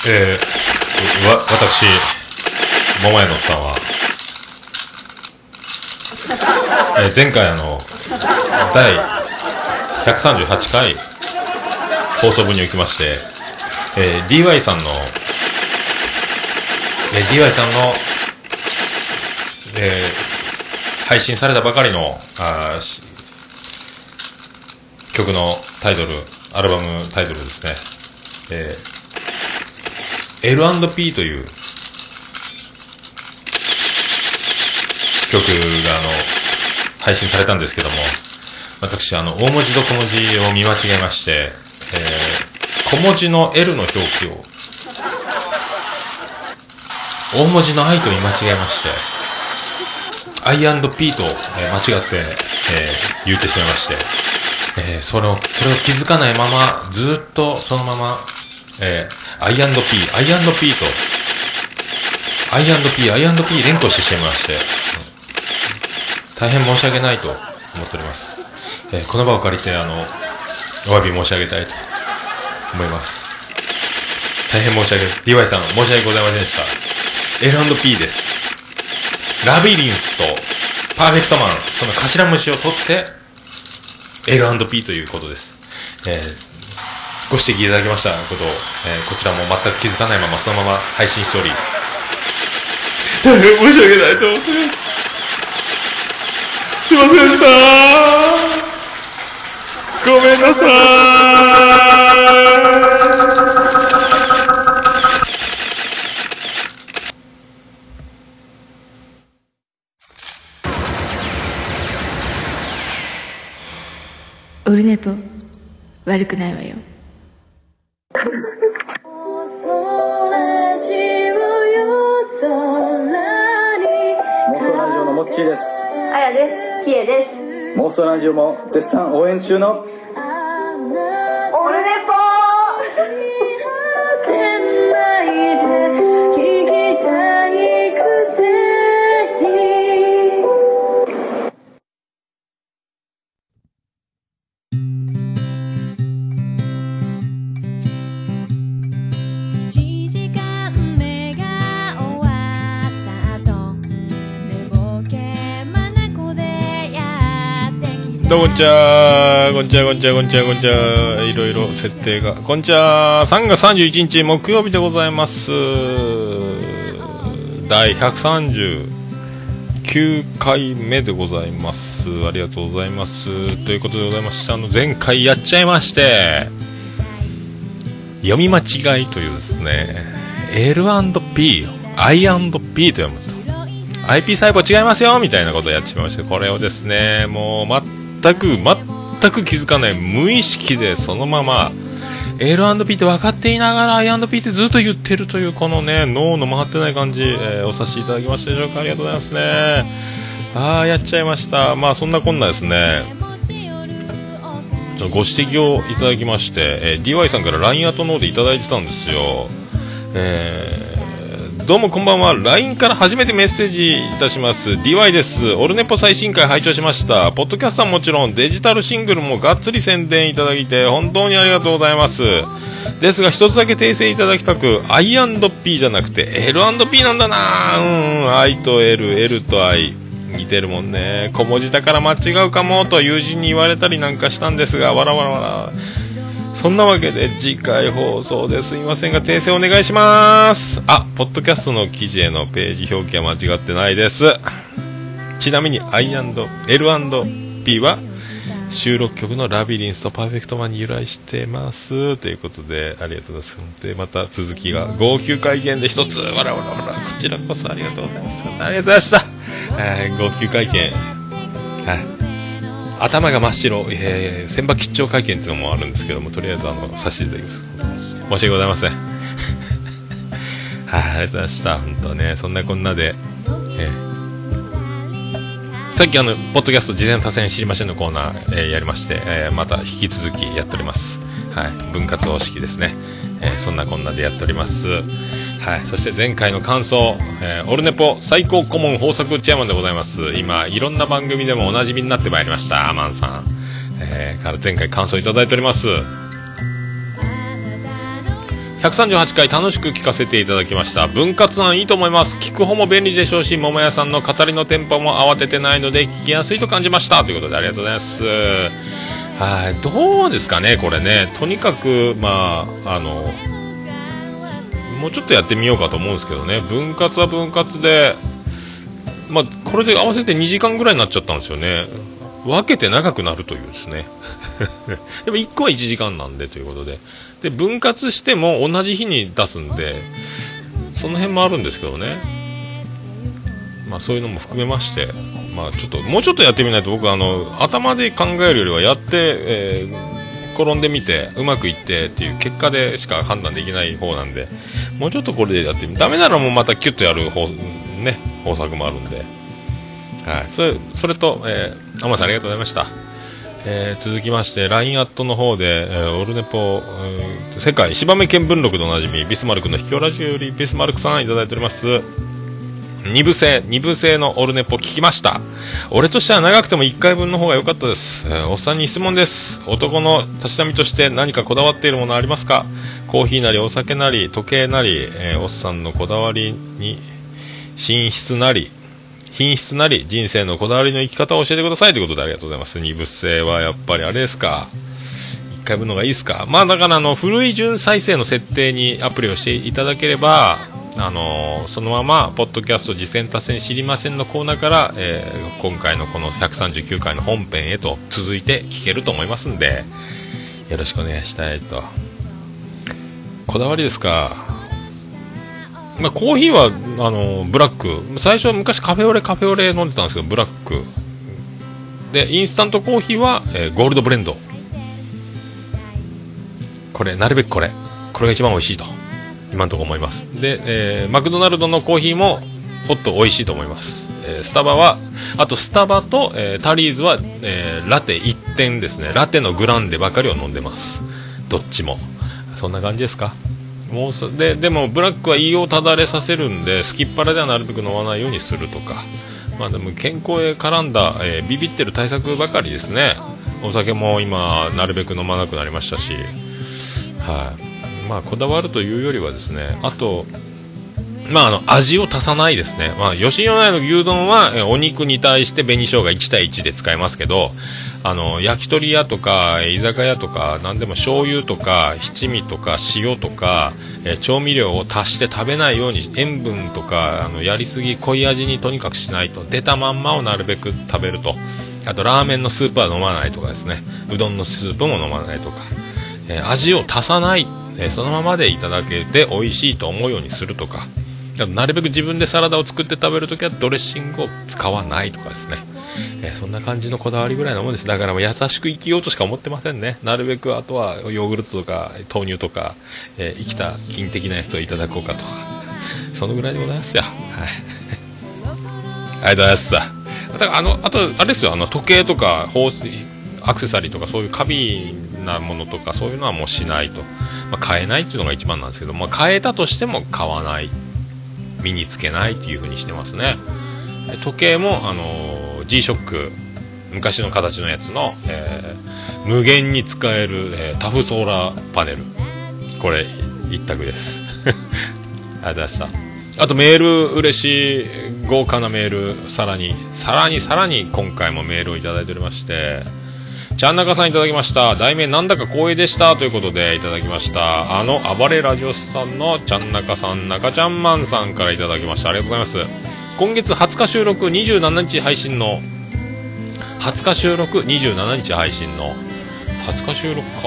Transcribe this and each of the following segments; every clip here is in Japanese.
私桃屋のおっさんは、前回第138回放送分におきまして、DY さんの、配信されたばかりの曲のタイトル、アルバムタイトルですね、L&P という曲が配信されたんですけども、私大文字と小文字を見間違えまして、小文字の L の表記を大文字の I と見間違えまして、I&P と、間違って、言ってしまいまして、それを気づかないままずっとそのまま、I&P と I&P 連呼してしまいまして、大変申し訳ないと思っております。この場を借りてお詫び申し上げたいと思います。大変申し訳ない。DY さん申し訳ございませんでした。L&P です。ラビリンスとパーフェクトマン、その頭文字を取って L&P ということです。ご指摘いただきましたことを、こちらも全く気づかないままそのまま配信しており、大変申し訳ないと思っています。すいませんでした。ごめんなさオルネポ悪くないわよ。 妄想ラジオのモッチーです。 あやです。キエです。 妄想ラジオも絶賛応援中のオルネポどうもこんにちは、こんにちは、いろいろ設定が、こんにちは、3月31日木曜日でございます。第139回目でございます。ありがとうございます。ということでございまして、前回やっちゃいまして、読み間違いというですね、L&P を I&P と読むと、IP 細胞違いますよみたいなことをやっちまいまして、これをですね、もう全く気づかない無意識でそのまま L&P って分かっていながら I&P ってずっと言ってるというこのね、脳の回ってない感じ、お察しいただきましたでしょうか。ありがとうございますね。やっちゃいました。そんなこんなですね、ご指摘をいただきまして、DY さんから LINE アットノーでいただいてたんですよ。どうもこんばんは。 LINE から初めてメッセージいたします。 DY です。オルネポ最新回拝聴しました。ポッドキャストはもちろんデジタルシングルもがっつり宣伝いただいて本当にありがとうございます。ですが一つだけ訂正いただきたく、 I&P じゃなくて L&P なんだな。I と L と I 似てるもんね。小文字だから間違うかもと友人に言われたりなんかしたんですが、わらわらわら。そんなわけで次回放送ですいませんが訂正お願いします。ポッドキャストの記事へのページ表記は間違ってないです。ちなみに I&L&P は収録曲のラビリンスとパーフェクトマンに由来してますということで、ありがとうございます。でまた続きが号泣会見で一つ、わらわらわら、こちらこそありがとうございます。ありがとうございました。号泣会見、頭が真っ白、千葉吉兆会見っていうのもあるんですけども、とりあえずさせていただきます。申し訳ございません。ありがとうございました。本当ね、そんなこんなで、さっきポッドキャスト事前多戦知りませんのコーナー、やりまして、また引き続きやっております。分割方式ですね。そんなこんなでやっております。そして前回の感想、オルネポ最高顧問豊作チェアマンでございます。今いろんな番組でもおなじみになってまいりましたアマンさん、から前回感想いただいております。 138回楽しく聞かせていただきました。分割案いいと思います。聞く方も便利でしょうし、桃屋さんの語りのテンポも慌ててないので聞きやすいと感じましたということで、ありがとうございます。はい、どうですかねこれね。とにかくもうちょっとやってみようかと思うんですけどね。分割は分割で、これで合わせて2時間ぐらいになっちゃったんですよね。分けて長くなるというですねでも1個は1時間なんでということで、分割しても同じ日に出すんで、その辺もあるんですけどね。そういうのも含めまして、もうちょっとやってみないと、僕頭で考えるよりはやって、転んでみてうまくいってっていう結果でしか判断できない方なんで、もうちょっとこれでやってみ、ダメならもうまたキュッとやる方策もあるんで、はい、それと、天さんありがとうございました。続きまして LINE アットの方で、オルネポ、世界芝目見聞録でおなじみビスマルクの秘境ラジオよりビスマルクさんいただいております。2部制のオルネポ聞きました。俺としては長くても1回分の方が良かったです。おっさんに質問です。男のたしなみとして何かこだわっているものありますか？コーヒーなりお酒なり時計なり、おっさんのこだわりに品質なり人生のこだわりの生き方を教えてくださいということで、ありがとうございます。2部制はやっぱりあれですか、1回分のがいいですか？だから古い順再生の設定にアプリをしていただければ、そのままポッドキャスト実践達成知りませんのコーナーから、今回のこの139回の本編へと続いて聞けると思いますんで、よろしくお願いしたいと。こだわりですか？コーヒーはブラック、最初は昔カフェオレ飲んでたんですけど、ブラックで、インスタントコーヒーは、ゴールドブレンド、これなるべくこれが一番美味しいと今のところ思います。で、マクドナルドのコーヒーもホット美味しいと思います。スタバと、タリーズは、ラテ1点ですね。ラテのグランデばかりを飲んでます。どっちもそんな感じですか？でもブラックは胃をただれさせるんで、すきっ腹ではなるべく飲まないようにするとか、でも健康へ絡んだ、ビビってる対策ばかりですね。お酒も今なるべく飲まなくなりましたし、はい、こだわるというよりはですね、あと味を足さないですね。吉野家の牛丼はお肉に対して紅生姜1対1で使えますけど、焼き鳥屋とか居酒屋とか何でも醤油とか七味とか塩とか、調味料を足して食べないように、塩分とかやりすぎ濃い味にとにかくしないと、出たまんまをなるべく食べると。あとラーメンのスープは飲まないとかですね、うどんのスープも飲まないとか、味を足さない、そのままでいただけて美味しいと思うようにするとか、なるべく自分でサラダを作って食べるときはドレッシングを使わないとかですね、そんな感じのこだわりぐらいのもんです。だから優しく生きようとしか思ってませんね。なるべくあとはヨーグルトとか豆乳とか、生きた菌的なやつをいただこうかとか、そのぐらいでございますよ。はい、ありがとうございます。だからあとあれですよ、時計とか宝石アクセサリーとかそういう過敏なものとかそういうのはもうしないと、買えないっていうのが一番なんですけど、買えたとしても買わない、身につけないっていう風にしてますね。時計もG-SHOCK 昔の形のやつの、無限に使える、タフソーラーパネル、これ一択ですありがとうございました。あとメール嬉しい豪華なメール、さらに今回もメールをいただいておりまして、ちゃんなかさんいただきました。題名なんだか光栄でしたということでいただきました。暴れラジオスさんのちゃんなかさん、中ちゃんマンさんからいただきました。ありがとうございます。今月20日収録27日配信の20日収録27日配信の20日収録か、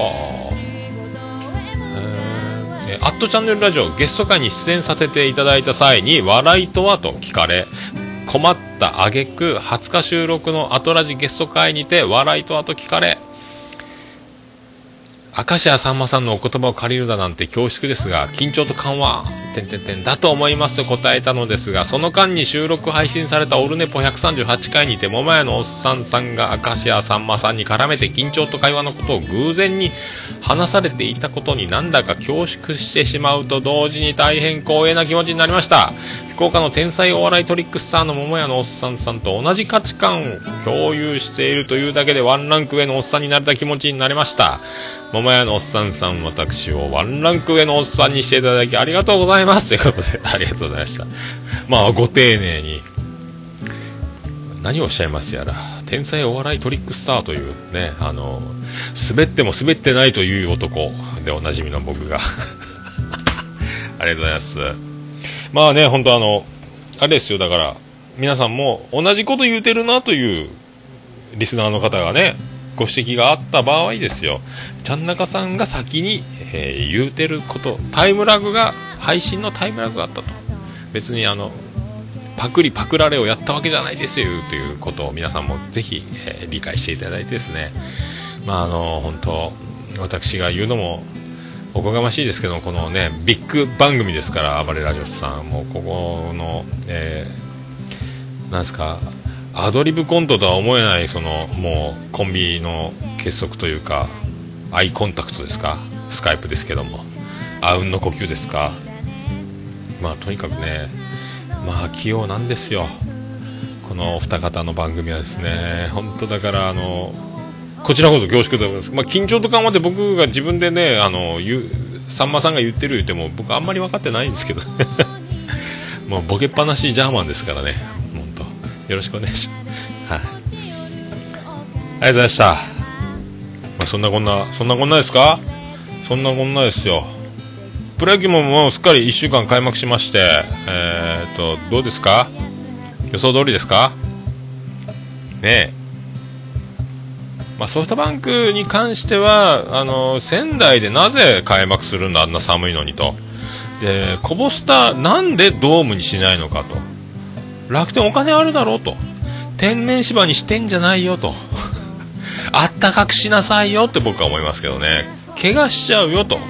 アットチャンネルラジオゲスト会に出演させていただいた際に笑いとはと聞かれ、困った挙句20日収録のアトラジゲスト会にて笑いとはと聞かれ、明石家さんまさんのお言葉を借りるだなんて恐縮ですが、緊張と緩和だと思いますと答えたのですが、その間に収録配信されたオルネポ138回にて桃屋のおっさんさんが明石家さんまさんに絡めて緊張と会話のことを偶然に話されていたことになんだか恐縮してしまうと同時に大変光栄な気持ちになりました。福岡の天才お笑いトリックスターの桃屋のおっさんさんと同じ価値観を共有しているというだけでワンランク上のおっさんになれた気持ちになりました。桃屋のおっさんさん、私をワンランク上のおっさんにしていただきありがとうございますということで、ありがとうございました。まあご丁寧に何をおっしゃいますやら、天才お笑いトリックスターというね、滑っても滑ってないという男でおなじみの僕がありがとうございます。まあね、本当あれですよ、だから皆さんも同じこと言うてるなというリスナーの方がね、ご指摘があった場合ですよ、ちゃんなかさんが先に、言うてること、タイムラグが、配信のタイムラグがあったと、別にパクられをやったわけじゃないですよということを皆さんもぜひ、理解していただいてですね、まあ本当私が言うのもおこがましいですけど、このねビッグ番組ですから、暴れラジオスさんもここの、なんですか、アドリブコントとは思えないもうコンビの結束というか、アイコンタクトですか、スカイプですけども、あうんの呼吸ですか、まあとにかくね、まあ器用なんですよ、このお二方の番組はですね。本当だからこちらこそ恐縮でございます。まあ緊張と緩和で僕が自分でねさんまさんが言ってる言っても僕あんまり分かってないんですけどもうボケっぱなしジャーマンですからね、本当よろしくお願いします。はい、ありがとうございました。まあそんなこんなですか。そんなこんなですよ。プロ野球ももうすっかり1週間開幕しまして、どうですか、予想通りですかねえ。まあ、ソフトバンクに関しては仙台でなぜ開幕するんだ、あんな寒いのにと。でコボスタなんでドームにしないのかと。楽天お金あるだろうと、天然芝にしてんじゃないよとあったかくしなさいよって僕は思いますけどね。怪我しちゃうよと。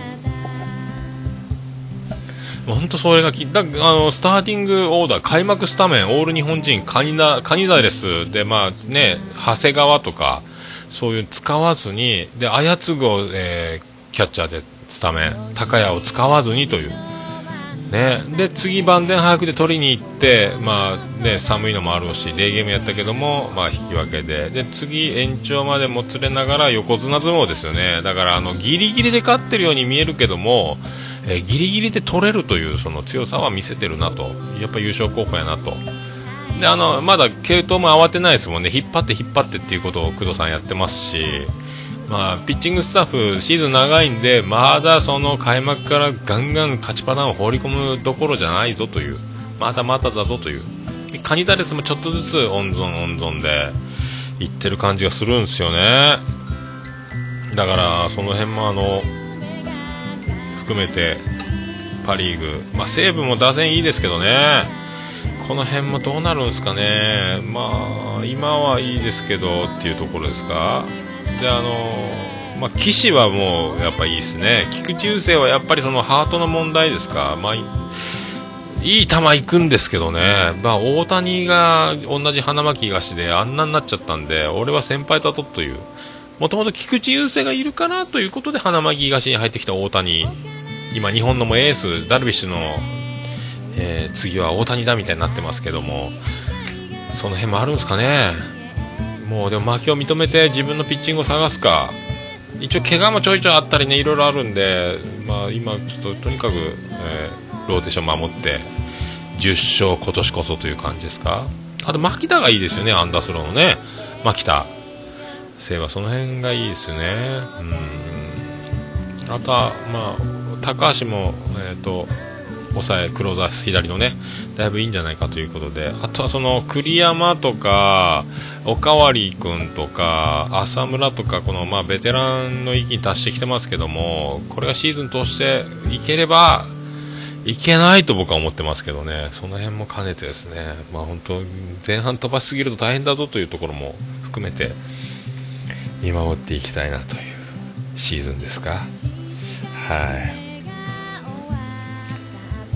本当それがスターティングオーダー、開幕スタメン、オール日本人カニザレスで、まあね、長谷川とかそういう使わずに、で綾継を、キャッチャーでスタメン、高谷を使わずにというね。で次晩電早くで取りに行って、まあね、寒いのもあるしデーゲームやったけども、まあ引き分けで次延長までもつれながら横綱相撲ですよね。だからギリギリで勝ってるように見えるけども、ギリギリで取れるというその強さは見せてるなと。やっぱ優勝候補やなと。でまだ継投も慌てないですもんね。引っ張ってっていうことを工藤さんやってますし、まあピッチングスタッフシーズン長いんで、まだその開幕からガンガン勝ちパターンを放り込むどころじゃないぞという、まだまだだぞという。カニダレスもちょっとずつ温存でいってる感じがするんですよね。だからその辺も含めてパリーグ、まあ、西武も打線いいですけどね、この辺もどうなるんですかね。まあ今はいいですけどっていうところですか。でまあ、岸はもうやっぱいいですね。菊池雄星はやっぱりそのハートの問題ですか。まあいい球行くんですけどね、まあ、大谷が同じ花巻東であんなになっちゃったんで、俺は先輩だとという、もともと菊池雄星がいるからということで花巻東に入ってきた大谷、今日本のもエースダルビッシュの、次は大谷だみたいになってますけども、その辺もあるんですかね。もうでも負けを認めて自分のピッチングを探すか。一応怪我もちょいちょいあったりね、いろいろあるんで、まあ、今ちょっととにかく、ローテーション守って10勝今年こそという感じですか。あと牧田がいいですよね、アンダースローのね牧田聖はその辺がいいですよね。あとはまあ高橋も抑えクローザー左のねだいぶいいんじゃないかということで、あとはその栗山とかおかわり君とか浅村とか、このまあベテランの域に達してきてますけども、これがシーズン通していければいけないと僕は思ってますけどね。その辺も兼ねてですね、まあ本当前半飛ばしすぎると大変だぞというところも含めて見守っていきたいなというシーズンですか。はい。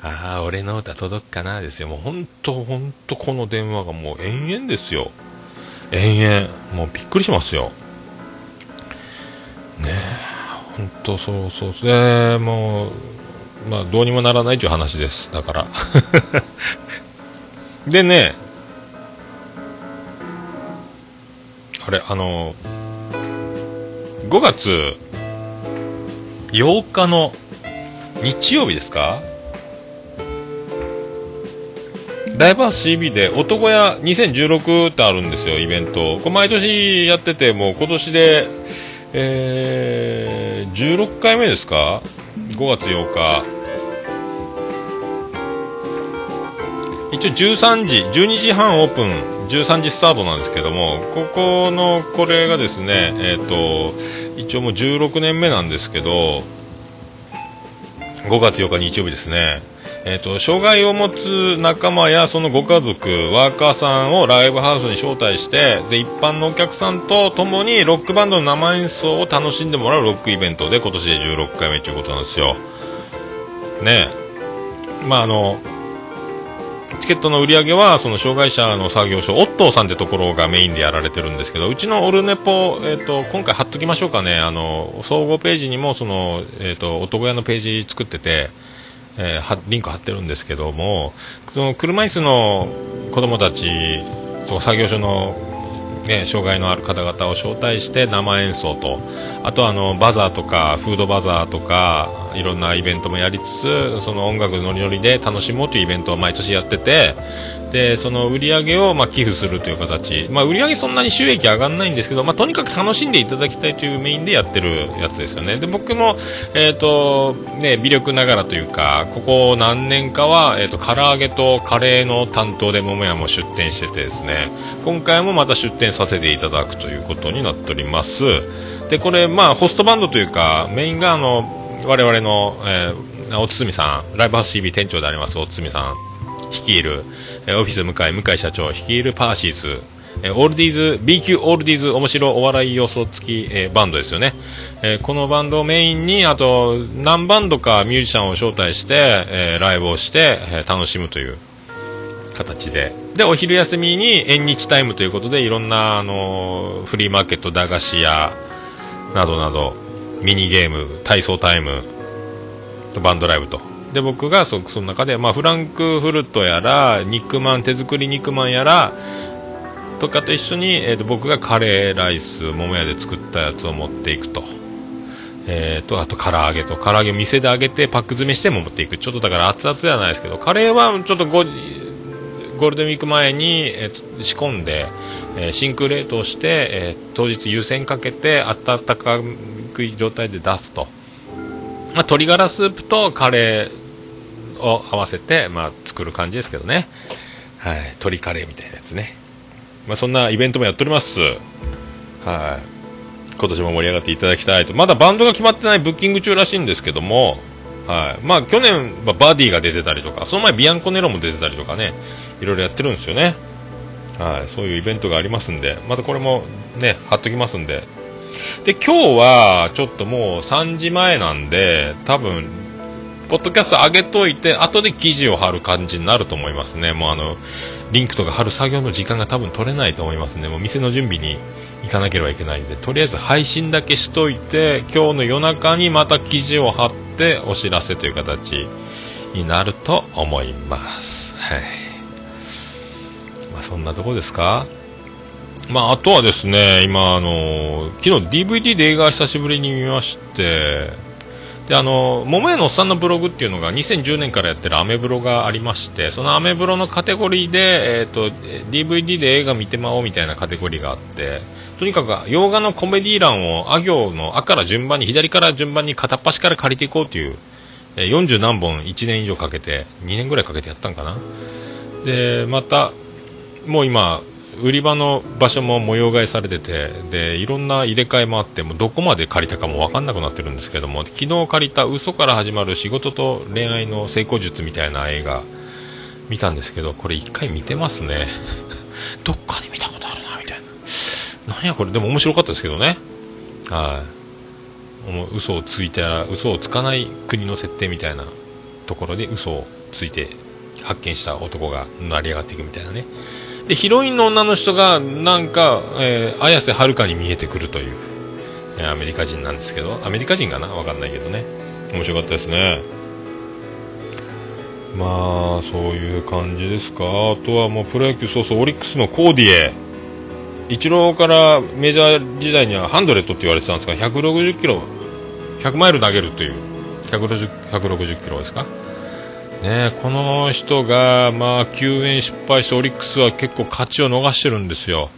ああ、俺の歌届くかなですよ。もうほんとこの電話がもう延々ですよ。延々。もうびっくりしますよ。ねえ、ほんとそう。もう、まあどうにもならないという話です。だから。でね、あれ、5月8日の日曜日ですか、ライブハウス CB で男屋2016ってあるんですよ、イベント。これ毎年やってて、もう今年で、16回目ですか。5月8日一応12時半オープン、13時スタートなんですけども、これがですね、一応もう16年目なんですけど、5月8日日曜日ですね。障害を持つ仲間やそのご家族、ワーカーさんをライブハウスに招待して、で一般のお客さんと共にロックバンドの生演奏を楽しんでもらうロックイベントで、今年で16回目ということなんですよね。まあチケットの売り上げはその障害者の作業所オットーさんってところがメインでやられてるんですけど、うちのオルネポ、今回貼っときましょうかね。総合ページにもその、男屋のページ作ってて、リンク貼ってるんですけども、その車椅子の子供たち、その作業所の、障害のある方々を招待して生演奏と、あとバザーとかフードバザーとかいろんなイベントもやりつつ、その音楽ノリノリで楽しもうというイベントを毎年やってて、でその売り上げを寄付するという形、売り上げそんなに収益上がらないんですけど、とにかく楽しんでいただきたいというメインでやってるやつですよね。で僕も、微力ながらというか、ここ何年かは、唐揚げとカレーの担当で桃屋も出店しててですね、今回もまた出店させていただくということになっております。でこれホストバンドというか、メインが我々の、おつみさん、ライブハウス CB 店長でありますおつみさん率いる、オフィス向井社長率いるパーシーズ、オールディーズ B 級オールディーズ面白お笑い要素付き、バンドですよね。このバンドをメインに、あと何バンドかミュージシャンを招待して、ライブをして、楽しむという形で、お昼休みに縁日タイムということで、いろんなフリーマーケット、駄菓子屋などなどミニゲーム、体操タイムとバンドライブと、で僕がその中で、フランクフルトやら手作り肉まんやらとかと一緒に、僕がカレーライス桃屋で作ったやつを持っていくと、あと唐揚げを店で揚げてパック詰めしても持っていく。ちょっとだから熱々ではないですけど、カレーはちょっとゴールデンウィーク前に、仕込んで、真空冷凍して、当日湯煎かけて温かい状態で出すと、鶏ガラスープとカレーを合わせて、作る感じですけどね。はい、鶏カレーみたいなやつね。そんなイベントもやっております。はい、今年も盛り上がっていただきたいと。まだバンドが決まってない、ブッキング中らしいんですけども、はい、去年はバディが出てたりとか、その前ビアンコネロも出てたりとかね、いろいろやってるんですよね。はい、そういうイベントがありますんで、またこれもね貼っときますんで。で今日はちょっともう3時前なんで、多分ポッドキャスト上げといて後で記事を貼る感じになると思いますね。もうリンクとか貼る作業の時間が多分取れないと思いますね。もう店の準備に行かなければいけないんで、とりあえず配信だけしといて、今日の夜中にまた記事を貼ってお知らせという形になると思います。はい、そんなとこですか。あとはですね、今昨日 DVD で映画久しぶりに見まして、で桃屋のおっさんのブログっていうのが2010年からやってるアメブロがありまして、そのアメブロのカテゴリーで、DVD で映画見てまおうみたいなカテゴリーがあって、とにかく洋画のコメディ欄をあ行のあから順番に、左から順番に片っ端から借りていこうという、40何本1年以上かけて、2年ぐらいかけてやったんかな。でまたもう今売り場の場所も模様替えされてて、でいろんな入れ替えもあって、もうどこまで借りたかも分かんなくなってるんですけども、昨日借りた嘘から始まる仕事と恋愛の成功術みたいな映画見たんですけど、これ一回見てますねどっかで見たことあるなみたいな。なんやこれ。でも面白かったですけどね。はい、嘘をついたら嘘をつかない国の設定みたいなところで嘘をついて発見した男が成り上がっていくみたいなね。でヒロインの女の人がなんか、綾瀬はるかに見えてくるという、アメリカ人なんですけど、アメリカ人かな、わかんないけどね、面白かったですね。まあそういう感じですか。あとはもうプロ野球、そうそう、オリックスのコーディエ、イチローからメジャー時代にはハンドレットって言われてたんですが、160キロ100マイル投げるという160キロですかね。この人がまあ救援失敗してオリックスは結構勝ちを逃してるんですよ。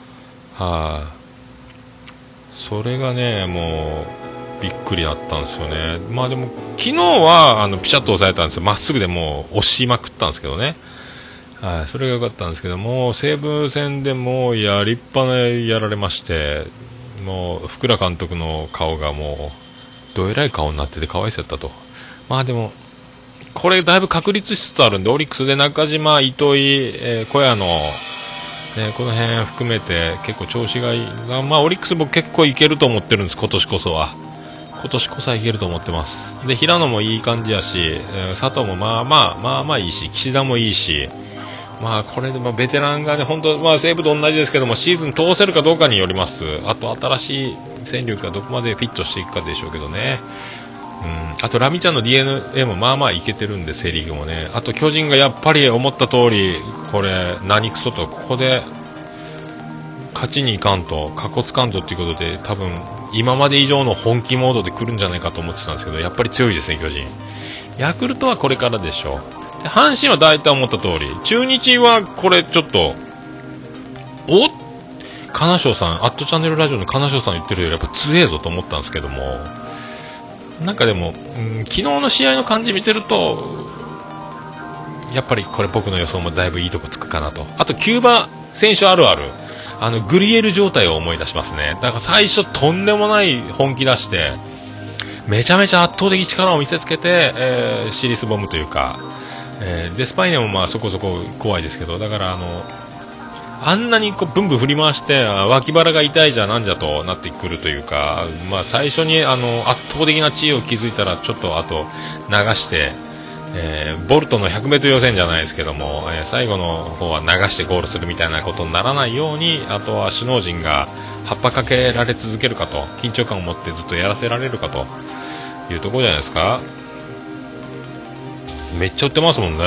それがねもうびっくりだったんですよね。まあでも昨日はピシャッと抑えたんですよ。まっすぐでもう押しまくったんですけどね。それが良かったんですけども、西武戦でもう立派なやられまして、もう福良監督の顔がもうどえらい顔になっててかわいそうだったと。まあでもこれだいぶ確立しつつあるんで、オリックスで中島、糸井、小屋の、この辺含めて結構調子がいい。まあオリックスも結構いけると思ってるんです。今年こそはいけると思ってます。で平野もいい感じやし、佐藤もまあまあいいし、岸田もいいし、まあこれでベテランがね本当、まあ西武と同じですけどもシーズン通せるかどうかによります。あと新しい戦力がどこまでフィットしていくかでしょうけどね。あとラミちゃんの DNA もまあまあいけてるんで、セリーグもね。あと巨人がやっぱり思った通りこれ何クソと、ここで勝ちにいかんとかっこつかんとっていうことで、多分今まで以上の本気モードで来るんじゃないかと思ってたんですけど、やっぱり強いですね巨人。ヤクルトはこれからでしょう。で阪神は大体思った通り、中日はこれちょっと金賞さん、アットチャンネルラジオの金賞さん言ってるよりやっぱ強えぞと思ったんですけども、なんかでも、昨日の試合の感じ見てるとやっぱりこれ僕の予想もだいぶいいとこつくかなと。あとキューバ選手あるあるグリエル状態を思い出しますね。だから最初とんでもない本気出してめちゃめちゃ圧倒的力を見せつけて、シリスボムというか、デスパイネもまあそこそこ怖いですけど、だからあんなにこうブンブン振り回して脇腹が痛いじゃなんじゃとなってくるというか、まあ、最初に圧倒的な地位を築いたらちょっとあと流して、ボルトの 100m 予選じゃないですけども、最後の方は流してゴールするみたいなことにならないように、あとは首脳陣が葉っぱかけられ続けるかと、緊張感を持ってずっとやらせられるかというところじゃないですか。めっちゃ売ってますもんね。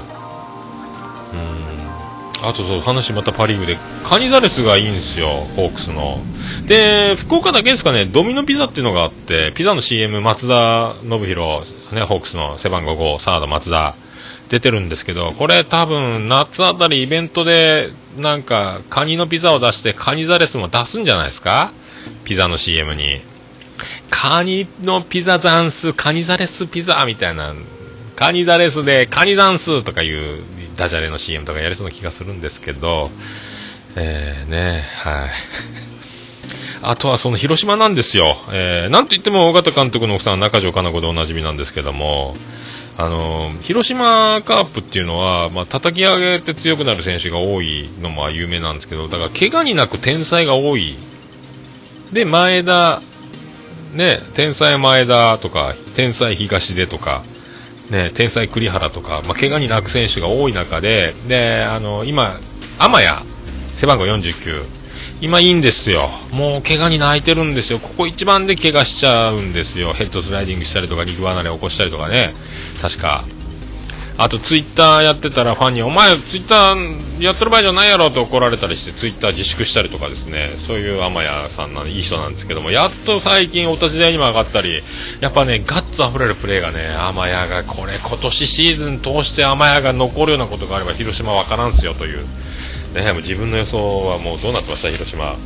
あとそう話またパリーグでカニザレスがいいんですよ、ホークスの。で福岡だけですかね、ドミノピザっていうのがあって、ピザの CM 松田信弘、ね、ホークスの背番号5サード松田出てるんですけど、これ多分夏あたりイベントでなんかカニのピザを出してカニザレスも出すんじゃないですか、ピザの CM に。カニのピザザンスカニザレスピザみたいな、カニザレスでカニザンスとかいうダジャレの CM とかやりそうな気がするんですけど、ね、はいあとはその広島なんですよ。なんといっても尾形監督の奥さんは中条かな子でおなじみなんですけども、広島カープっていうのは、まあ、叩き上げて強くなる選手が多いのも有名なんですけど、だから怪我になく天才が多いで、前田ね、天才前田とか天才東出とかね、天才栗原とか、まあ、怪我に泣く選手が多い中で、今天谷背番号49今いいんですよ。もう怪我に泣いてるんですよ。ここ一番で怪我しちゃうんですよ。ヘッドスライディングしたりとか肉離れ起こしたりとかね、確か。あとツイッターやってたらファンにお前ツイッターやってる場合じゃないやろと怒られたりして、ツイッター自粛したりとかですね、そういう天谷さんいい人なんですけども、やっと最近お立ち台にも上がったり、やっぱねガッツあふれるプレーがね、天谷がこれ今年シーズン通して天谷が残るようなことがあれば広島わからんすよというね。もう自分の予想はもうどうなってました。広島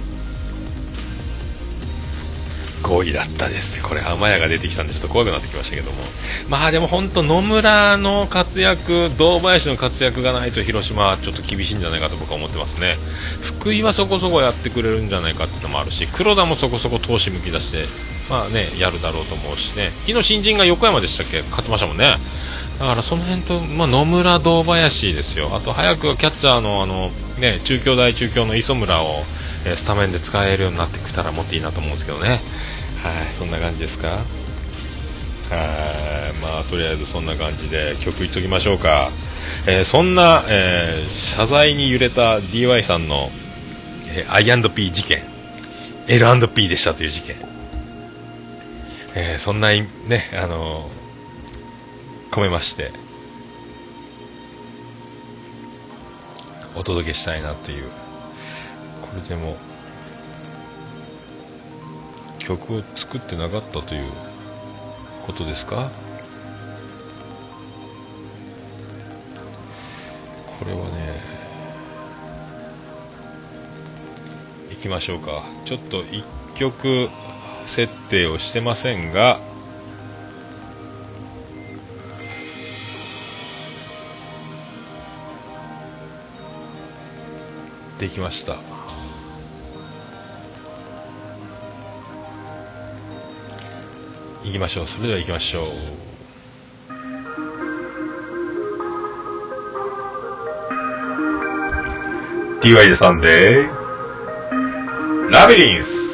5位だったですね。これ天谷が出てきたんでちょっと怖くなってきましたけども、まあでも本当野村の活躍、堂林の活躍がないと広島はちょっと厳しいんじゃないかと僕は思ってますね。福井はそこそこやってくれるんじゃないかっていうのもあるし、黒田もそこそこ投手向き出してまあねやるだろうと思うしね。昨日新人が横山でしたっけ、勝ってましたもんね。だからその辺と、まあ、野村堂林ですよ。あと早くキャッチャーのね、中京大中京の磯村を、スタメンで使えるようになってきたらもっといいなと思うんですけどね。はい、そんな感じですか。 まあとりあえずそんな感じで曲いっときましょうか。そんな、謝罪に揺れた DY さんの、I&P 事件 L&P でしたという事件、そんなね込めましてお届けしたいなという。これでも曲を作ってなかったということですか。これはね、いきましょうか。ちょっと1曲設定をしてませんが、できました。行きましょう。それでは行きましょう。DY さんでラビリンス。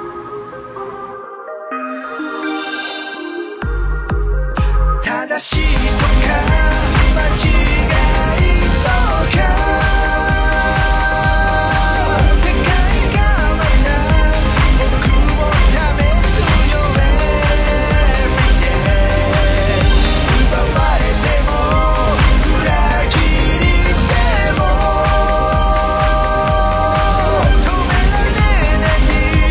正しいとか間違いとか世界がまた僕を試すよ Everyday 奪われても裏切りでも止められない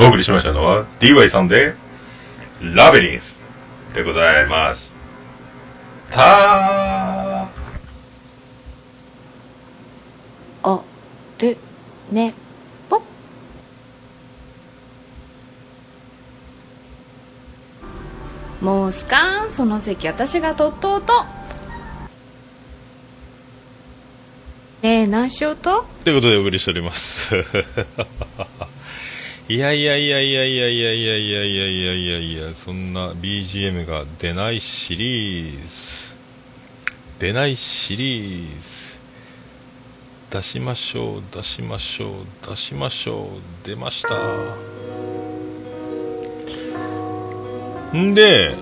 お送りしましたのは DY さんでラビリンスでございました。 おるねぽ。もうすかん、その席私が取っとうと。ねえ、何しようとということでお送りしておりますいやいやいやいやいやいやいやいやいやいやいやいや、そんな BGM が出ないシリーズ出しましょう出しましょう出しましょう。出ました。んで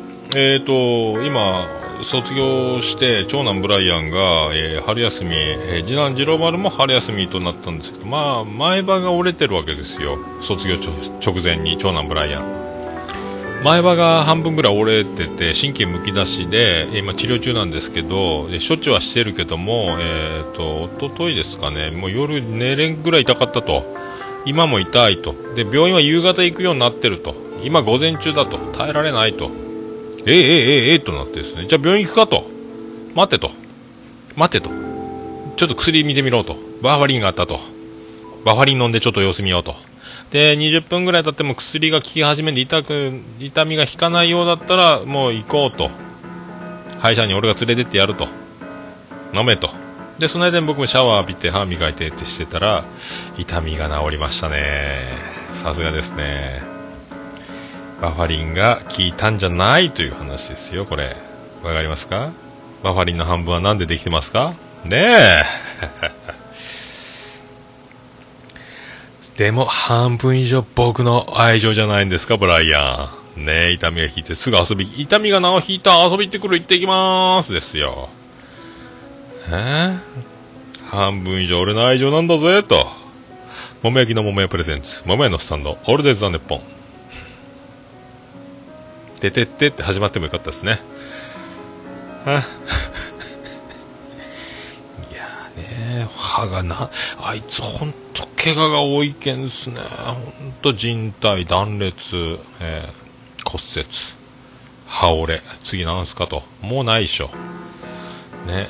今卒業して長男ブライアンが、春休み、次男次郎丸も春休みとなったんですけど、まあ前歯が折れてるわけですよ。卒業直前に長男ブライアン前歯が半分ぐらい折れてて神経むき出しで今治療中なんですけど、処置はしてるけども、一昨日ですかね、もう夜寝れんぐらい痛かったと。今も痛いと。で病院は夕方行くようになってると。今午前中だと耐えられないと。となってですね、じゃあ病院行くかと。待てとちょっと薬見てみろと。バファリンがあったと。バファリン飲んでちょっと様子見ようと。で20分ぐらい経っても薬が効き始めて痛みが引かないようだったらもう行こうと。歯医者に俺が連れてってやると。飲めと。でその間に僕もシャワー浴びて歯磨いてってしてたら痛みが治りましたね。さすがですね。バファリンが効いたんじゃないという話ですよ。これわかりますか？バファリンの半分は何でできてますかねえでも半分以上僕の愛情じゃないんですか、ブライアンねえ。痛みが引いてすぐ痛みが引いた遊び行ってくる、行ってきまーすですよ。半分以上俺の愛情なんだぜと。桃焼きの桃屋プレゼンツ桃屋のスタンドオールデイズ・ザ・ネッポンててってって始まってもよかったですね。いやね、歯があいつほんと怪我が多いけんですね。ほんと靭帯断裂、骨折歯折れ、次なんすかと。もうないでしょね。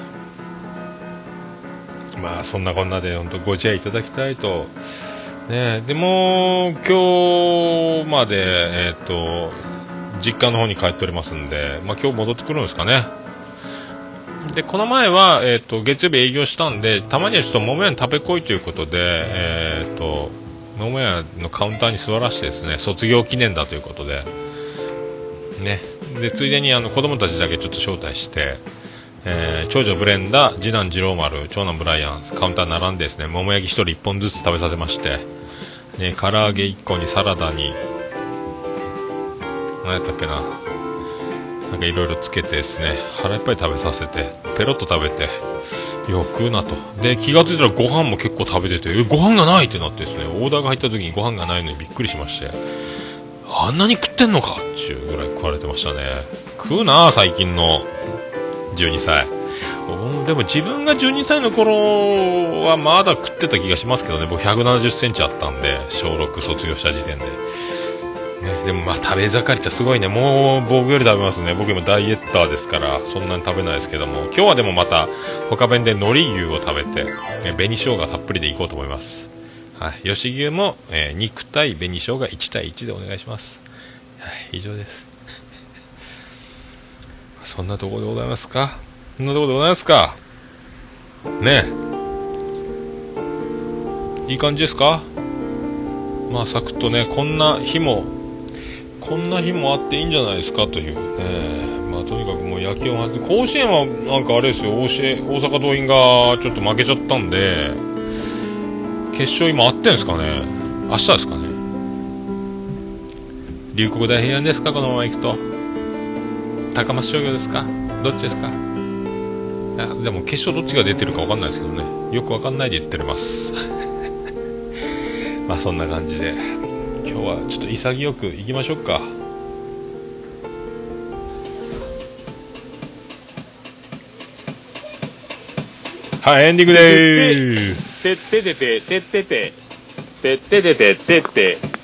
まあそんなこんなでほんとご自愛いただきたいとね。でも今日まで実家の方に帰っておりますんで、まあ、今日戻ってくるんですかね。でこの前は、月曜日営業したんで、たまにはちょっと桃屋に食べ来いということで、桃屋のカウンターに座らせてですね、卒業記念だということでね。でついでに子供たちだけちょっと招待して、長女ブレンダー、次男次郎丸、長男ブライアンカウンター並んでですね、桃焼き1人1本ずつ食べさせまして、ね、唐揚げ1個にサラダに何やったっけな、なんかいろいろつけてですね、腹いっぱい食べさせて、ペロッと食べて、よく食うなと。で気がついたらご飯も結構食べてて、ご飯がないってなってですね、オーダーが入った時にご飯がないのにびっくりしまして、あんなに食ってんのかっていうぐらい食われてましたね。食うな最近の12歳。でも自分が12歳の頃はまだ食ってた気がしますけどね。僕170センチあったんで、小6卒業した時点ででもまあ食べ盛りってすごいね。もう僕より食べますね。僕今ダイエッターですからそんなに食べないですけども、今日はでもまた他弁で海苔牛を食べて、紅生姜たっぷりでいこうと思います。はい、吉牛も、肉対紅生姜1対1でお願いします。はい、以上ですそんなところでございますか。そんなところでございますかねえ。いい感じですか。まあサクッとね、こんな日もあっていいんじゃないですかという、まあとにかくもう野球を始めて、甲子園はなんかあれですよ、大阪桐蔭がちょっと負けちゃったんで、決勝今あってんですかね。明日ですかね。龍谷大平安ですか、このまま行くと。高松商業ですか、どっちですか。でも決勝どっちが出てるか分かんないですけどね、よく分かんないで言ってますまあそんな感じで今日はちょっと潔くいきましょうか。はい、エンディングでーす。てってててててててててててて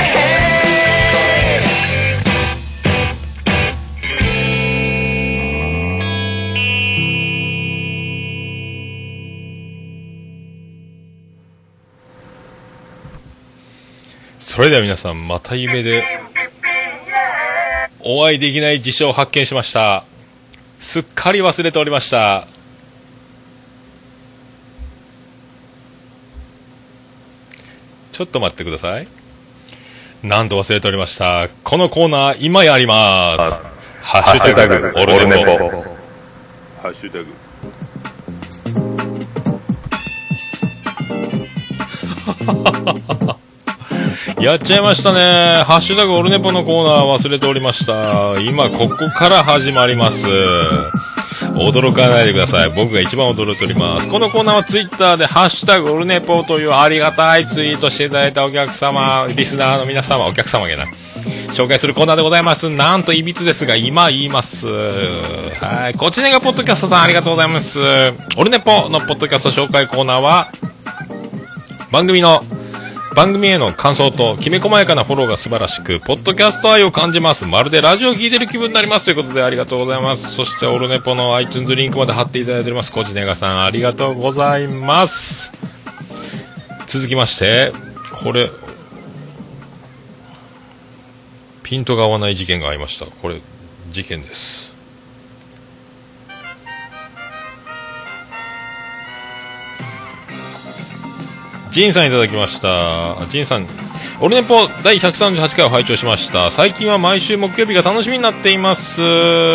それでは皆さん、また夢でお会いできない事象を発見しました。すっかり忘れておりました。ちょっと待ってください。なんと忘れておりました。このコーナー今やります。ハッシュタグオルネポ。 ハッシュタグやっちゃいましたね。ハッシュタグオルネポのコーナー忘れておりました。今ここから始まります。驚かないでください。僕が一番驚いております。このコーナーはツイッターでハッシュタグオルネポというありがたいツイートしていただいたお客様、リスナーの皆様、お客様げな紹介するコーナーでございます。なんといびつですが今言います。はい、こちねがポッドキャストさんありがとうございます。オルネポのポッドキャスト紹介コーナーは番組への感想ときめ細やかなフォローが素晴らしく、ポッドキャスト愛を感じます。まるでラジオを聞いてる気分になりますということでありがとうございます。そしてオルネポの iTunes リンクまで貼っていただいております。コジネガさんありがとうございます。続きまして、これピントが合わない事件がありました。これ事件です。ジンさんいただきました。ジンさん、オルネポ第138回を拝聴しました。最近は毎週木曜日が楽しみになっています。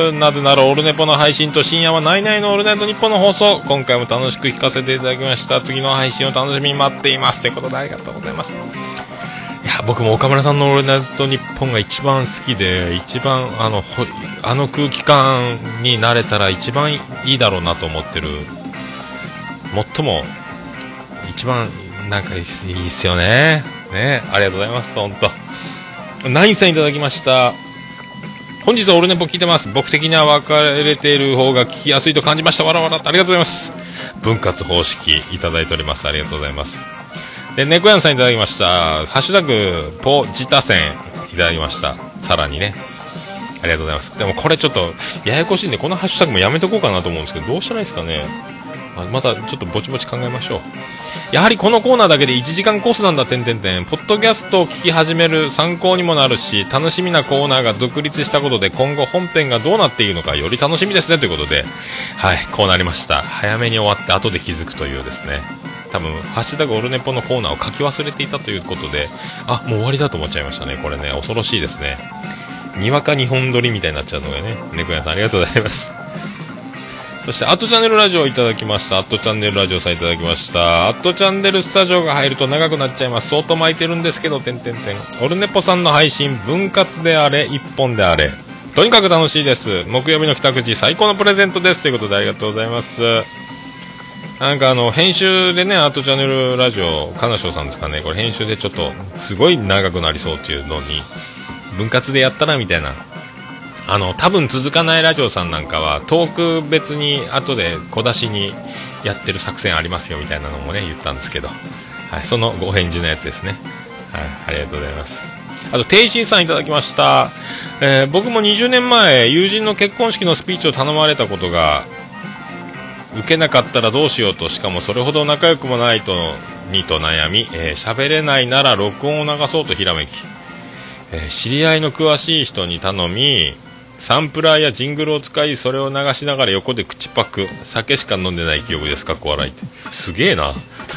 なぜならオルネポの配信と深夜はナイナイのオールナイトニッポンの放送、今回も楽しく聞かせていただきました。次の配信を楽しみに待っていますということでありがとうございます。いや、僕も岡村さんのオールナイトニッポンが一番好きで、一番あの空気感になれたら一番いいだろうなと思ってる、最も一番なんかいいっすよね。ね、ありがとうございます。本当。ナインさんいただきました。本日はオルネポ聞いてます。僕的には分かれている方が聞きやすいと感じました。わらわらってありがとうございます。分割方式いただいております。ありがとうございます。で、猫やんさんいただきました。ハッシュタグポジタセンいただきました。さらにね、ありがとうございます。でもこれちょっとややこしいんで、このハッシュタグもやめとこうかなと思うんですけど、どうしたらいいですかね。またちょっとぼちぼち考えましょう。やはりこのコーナーだけで1時間コースなんだ。ポッドキャストを聞き始める参考にもなるし、楽しみなコーナーが独立したことで今後本編がどうなっているのかより楽しみですねということで、はい、こうなりました。早めに終わって後で気づくというですね、多分ハッシュタグオルネポのコーナーを書き忘れていたということで、あ、もう終わりだと思っちゃいましたね。これね、恐ろしいですね。にわか2本撮りみたいになっちゃうのがね。猫屋さんありがとうございます。そしてアットチャンネルラジオをいただきました。アットチャンネルラジオさんいただきました。アットチャンネルスタジオが入ると長くなっちゃいます。相当巻いてるんですけど、オルネポさんの配信、分割であれ一本であれとにかく楽しいです。木曜日の帰宅時最高のプレゼントですということでありがとうございます。なんか編集でね、アットチャンネルラジオ金賞さんですかね、これ編集でちょっとすごい長くなりそうっていうのに分割でやったらみたいな、多分続かないラジオさんなんかはトーク別に後で小出しにやってる作戦ありますよみたいなのもね言ったんですけど、はい、そのご返事のやつですね。はい、ありがとうございます。あとテイシーさんいただきました。僕も20年前友人の結婚式のスピーチを頼まれたことが、受けなかったらどうしようと、しかもそれほど仲良くもないと悩み、喋れないなら録音を流そうとひらめき、知り合いの詳しい人に頼み、サンプラーやジングルを使い、それを流しながら横で口パク。酒しか飲んでない記憶ですかっこ笑いって。すげえな。へ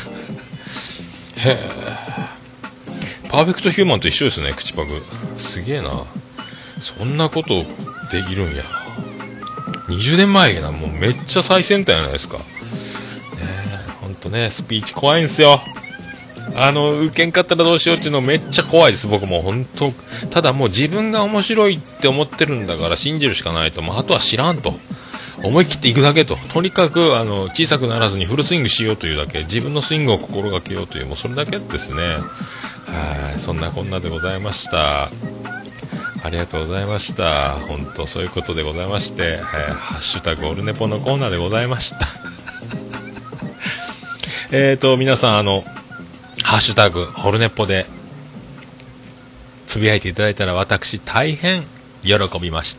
え。パーフェクトヒューマンと一緒ですね、口パク。すげえな。そんなことできるんや。20年前やな。もうめっちゃ最先端じゃないですか。ほんとね、スピーチ怖いんすよ。受けんかったらどうしようっていうのめっちゃ怖いです。僕も本当、ただもう自分が面白いって思ってるんだから信じるしかないと。もうあとは知らんと、思い切っていくだけと。とにかく小さくならずにフルスイングしようというだけ、自分のスイングを心がけようという、もうそれだけですね。はい、そんなこんなでございました。ありがとうございました。本当そういうことでございまして、ハッシュタグオルネポのコーナーでございました。皆さんハッシュタグオルネポでつぶやいていただいたら私大変喜びまして、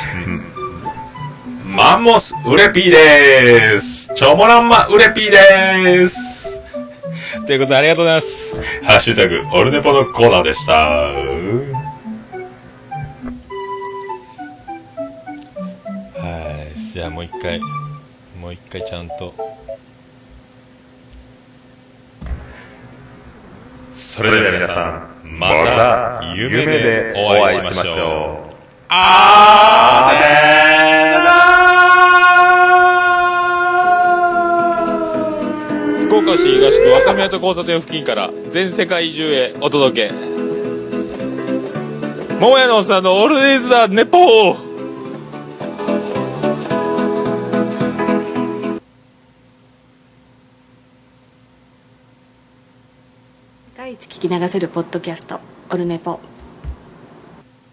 マンモスウレピーでーす。チョモランマウレピーでーす。ということでありがとうございます。ハッシュタグオルネポのコーナーでした。はい、じゃあもう一回ちゃんと。それでは皆さん、また夢でお会いしましょう。あーねーなー。 岡市東区若宮と交差点付近から全世界中へお届け。桃屋のおっさんのオールディーズ・ザ・ネポー。 世界一聞き流せるポッドキャストオルネポ。